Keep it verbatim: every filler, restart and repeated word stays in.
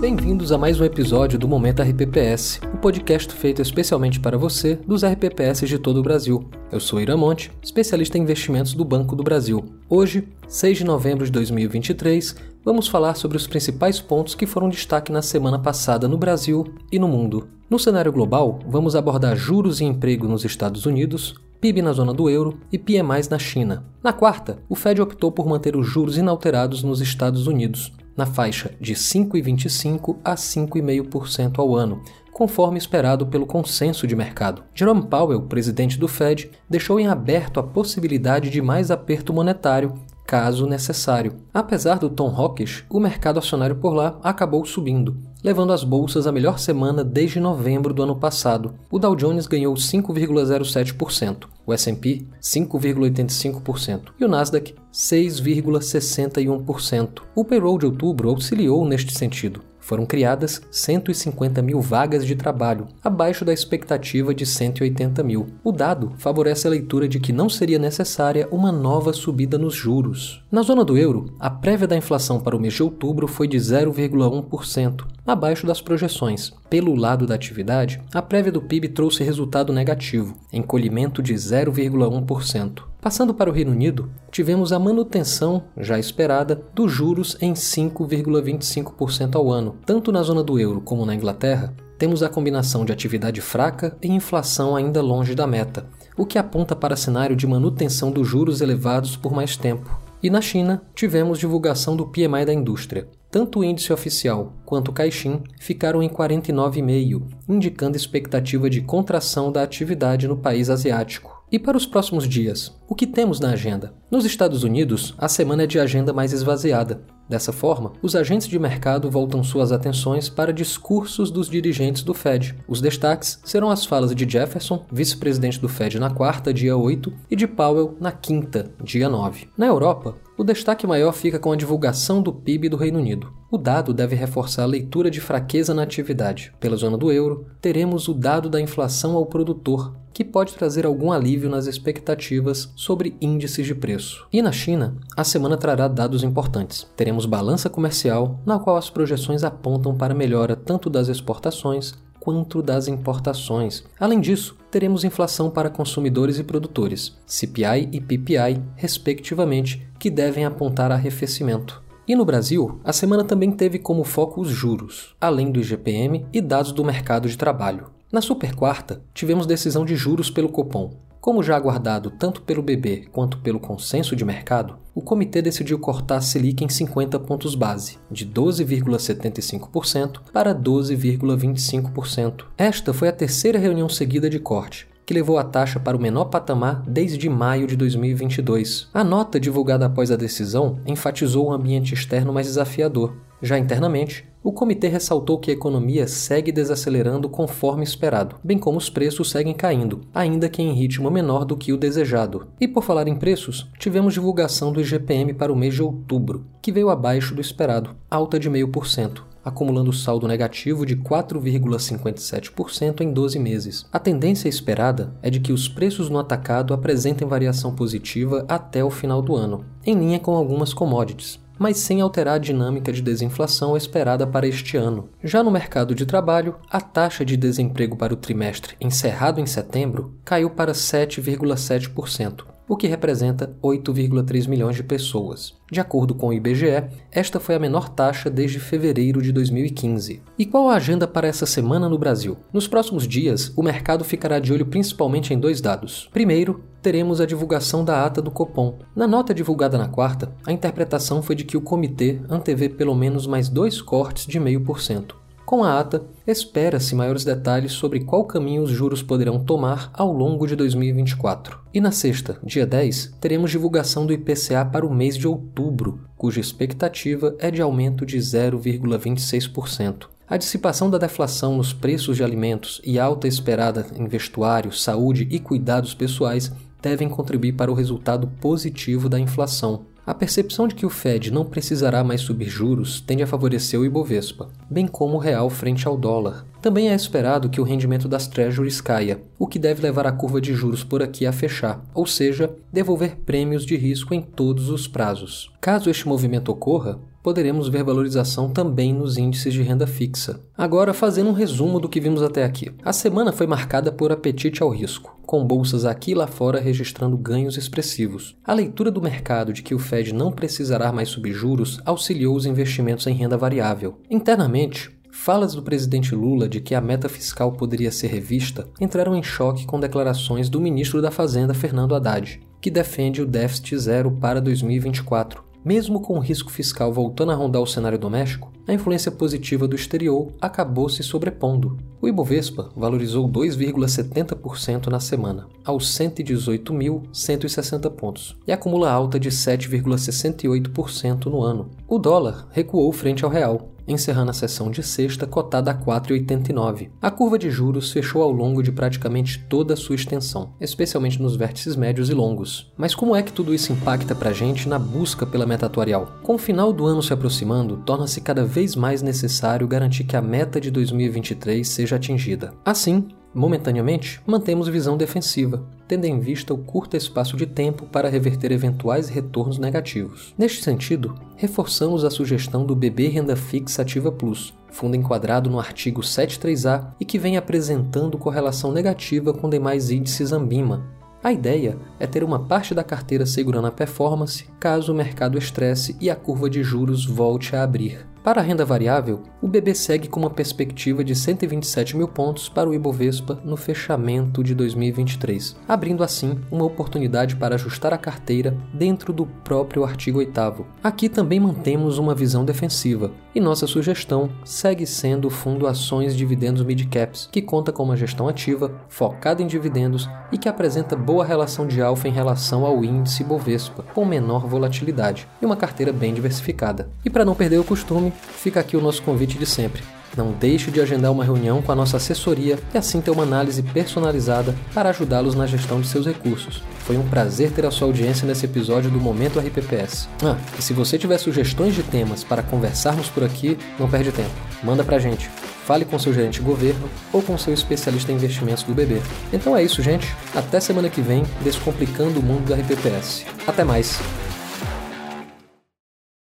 Bem-vindos a mais um episódio do Momento R P P S, o podcast feito especialmente para você dos R P P S de todo o Brasil. Eu sou Ira Monte, especialista em investimentos do Banco do Brasil. Hoje, seis de novembro de dois mil e vinte e três, vamos falar sobre os principais pontos que foram destaque na semana passada no Brasil e no mundo. No cenário global, vamos abordar juros e emprego nos Estados Unidos, P I B na zona do euro e P M Is na China. Na quarta, o Fed optou por manter os juros inalterados nos Estados Unidos, na faixa de cinco vírgula vinte e cinco por cento a cinco vírgula cinco por cento ao ano, conforme esperado pelo consenso de mercado. Jerome Powell, presidente do Fed, deixou em aberto a possibilidade de mais aperto monetário, caso necessário. Apesar do tom hawkish, o mercado acionário por lá acabou subindo, levando as bolsas à melhor semana desde novembro do ano passado. O Dow Jones ganhou cinco vírgula zero sete por cento, o S and P cinco vírgula oitenta e cinco por cento e o Nasdaq seis vírgula sessenta e um por cento. O payroll de outubro auxiliou neste sentido. Foram criadas cento e cinquenta mil vagas de trabalho, abaixo da expectativa de cento e oitenta mil. O dado favorece a leitura de que não seria necessária uma nova subida nos juros. Na zona do euro, a prévia da inflação para o mês de outubro foi de zero vírgula um por cento, abaixo das projeções. Pelo lado da atividade, a prévia do P I B trouxe resultado negativo, encolhimento de zero vírgula um por cento. Passando para o Reino Unido, tivemos a manutenção, já esperada, dos juros em cinco vírgula vinte e cinco por cento ao ano. Tanto na zona do euro como na Inglaterra, temos a combinação de atividade fraca e inflação ainda longe da meta, o que aponta para cenário de manutenção dos juros elevados por mais tempo. E na China, tivemos divulgação do P M I da indústria. Tanto o índice oficial quanto o Caixin ficaram em quarenta e nove vírgula cinco, indicando expectativa de contração da atividade no país asiático. E para os próximos dias, o que temos na agenda? Nos Estados Unidos, a semana é de agenda mais esvaziada. Dessa forma, os agentes de mercado voltam suas atenções para discursos dos dirigentes do Fed. Os destaques serão as falas de Jefferson, vice-presidente do Fed na quarta, dia oito, e de Powell na quinta, dia nove. Na Europa, o destaque maior fica com a divulgação do P I B do Reino Unido. O dado deve reforçar a leitura de fraqueza na atividade. Pela zona do euro, teremos o dado da inflação ao produtor, que pode trazer algum alívio nas expectativas sobre índices de preço. E na China, a semana trará dados importantes. Teremos balança comercial, na qual as projeções apontam para melhora tanto das exportações quanto das importações. Além disso, teremos inflação para consumidores e produtores, C P I e P P I, respectivamente, que devem apontar arrefecimento. E no Brasil, a semana também teve como foco os juros, além do I G P M e dados do mercado de trabalho. Na super quarta, tivemos decisão de juros pelo Copom. Como já aguardado tanto pelo B B quanto pelo consenso de mercado, o comitê decidiu cortar a Selic em cinquenta pontos base, de doze vírgula setenta e cinco por cento para doze vírgula vinte e cinco por cento. Esta foi a terceira reunião seguida de corte, que levou a taxa para o menor patamar desde maio de dois mil e vinte e dois. A nota divulgada após a decisão enfatizou um ambiente externo mais desafiador. Já internamente, o comitê ressaltou que a economia segue desacelerando conforme esperado, bem como os preços seguem caindo, ainda que em ritmo menor do que o desejado. E por falar em preços, tivemos divulgação do I G P M para o mês de outubro, que veio abaixo do esperado, alta de zero vírgula cinco por cento. Acumulando saldo negativo de quatro vírgula cinquenta e sete por cento em doze meses. A tendência esperada é de que os preços no atacado apresentem variação positiva até o final do ano, em linha com algumas commodities, mas sem alterar a dinâmica de desinflação esperada para este ano. Já no mercado de trabalho, a taxa de desemprego para o trimestre encerrado em setembro caiu para sete vírgula sete por cento, o que representa oito vírgula três milhões de pessoas. De acordo com o I B G E, esta foi a menor taxa desde fevereiro de dois mil e quinze. E qual a agenda para essa semana no Brasil? Nos próximos dias, o mercado ficará de olho principalmente em dois dados. Primeiro, teremos a divulgação da ata do Copom. Na nota divulgada na quarta, a interpretação foi de que o comitê antevê pelo menos mais dois cortes de zero vírgula cinco por cento. Com a ata, espera-se maiores detalhes sobre qual caminho os juros poderão tomar ao longo de dois mil e vinte e quatro. E na sexta, dia dez, teremos divulgação do I P C A para o mês de outubro, cuja expectativa é de aumento de zero vírgula vinte e seis por cento. A dissipação da deflação nos preços de alimentos e alta esperada em vestuário, saúde e cuidados pessoais devem contribuir para o resultado positivo da inflação. A percepção de que o Fed não precisará mais subir juros tende a favorecer o Ibovespa, bem como o real frente ao dólar. Também é esperado que o rendimento das Treasuries caia, o que deve levar a curva de juros por aqui a fechar, ou seja, devolver prêmios de risco em todos os prazos. Caso este movimento ocorra, poderemos ver valorização também nos índices de renda fixa. Agora, fazendo um resumo do que vimos até aqui. A semana foi marcada por apetite ao risco, com bolsas aqui e lá fora registrando ganhos expressivos. A leitura do mercado de que o Fed não precisará mais subir juros auxiliou os investimentos em renda variável. Internamente, falas do presidente Lula de que a meta fiscal poderia ser revista entraram em choque com declarações do ministro da Fazenda, Fernando Haddad, que defende o déficit zero para dois mil e vinte e quatro. Mesmo com o risco fiscal voltando a rondar o cenário doméstico, a influência positiva do exterior acabou se sobrepondo. O Ibovespa valorizou dois vírgula setenta por cento na semana, aos cento e dezoito mil cento e sessenta pontos, e acumula alta de sete vírgula sessenta e oito por cento no ano. O dólar recuou frente ao real, encerrando a sessão de sexta cotada a quatro vírgula oitenta e nove. A curva de juros fechou ao longo de praticamente toda a sua extensão, especialmente nos vértices médios e longos. Mas como é que tudo isso impacta pra gente na busca pela meta atuarial? Com o final do ano se aproximando, torna-se cada vez mais necessário garantir que a meta de dois mil e vinte e três seja atingida. Assim, momentaneamente, mantemos visão defensiva, tendo em vista o curto espaço de tempo para reverter eventuais retornos negativos. Neste sentido, reforçamos a sugestão do B B Renda Fixa Ativa Plus, fundo enquadrado no artigo setenta e três A e que vem apresentando correlação negativa com demais índices Ambima. A ideia é ter uma parte da carteira segurando a performance caso o mercado estresse e a curva de juros volte a abrir. Para a renda variável, o B B segue com uma perspectiva de cento e vinte e sete mil pontos para o Ibovespa no fechamento de dois mil e vinte e três, abrindo assim uma oportunidade para ajustar a carteira dentro do próprio artigo oitavo. Aqui também mantemos uma visão defensiva, e nossa sugestão segue sendo o fundo Ações Dividendos Mid-Caps, que conta com uma gestão ativa, focada em dividendos e que apresenta boa relação de alfa em relação ao índice Ibovespa, com menor volatilidade, e uma carteira bem diversificada. E para não perder o costume, fica aqui o nosso convite de sempre. Não deixe de agendar uma reunião com a nossa assessoria e assim ter uma análise personalizada para ajudá-los na gestão de seus recursos. Foi um prazer ter a sua audiência nesse episódio do Momento R P P S. Ah, e se você tiver sugestões de temas para conversarmos por aqui, não perde tempo. Manda pra gente. Fale com seu gerente de governo ou com seu especialista em investimentos do B B. Então é isso, gente. Até semana que vem, descomplicando o mundo do R P P S. Até mais!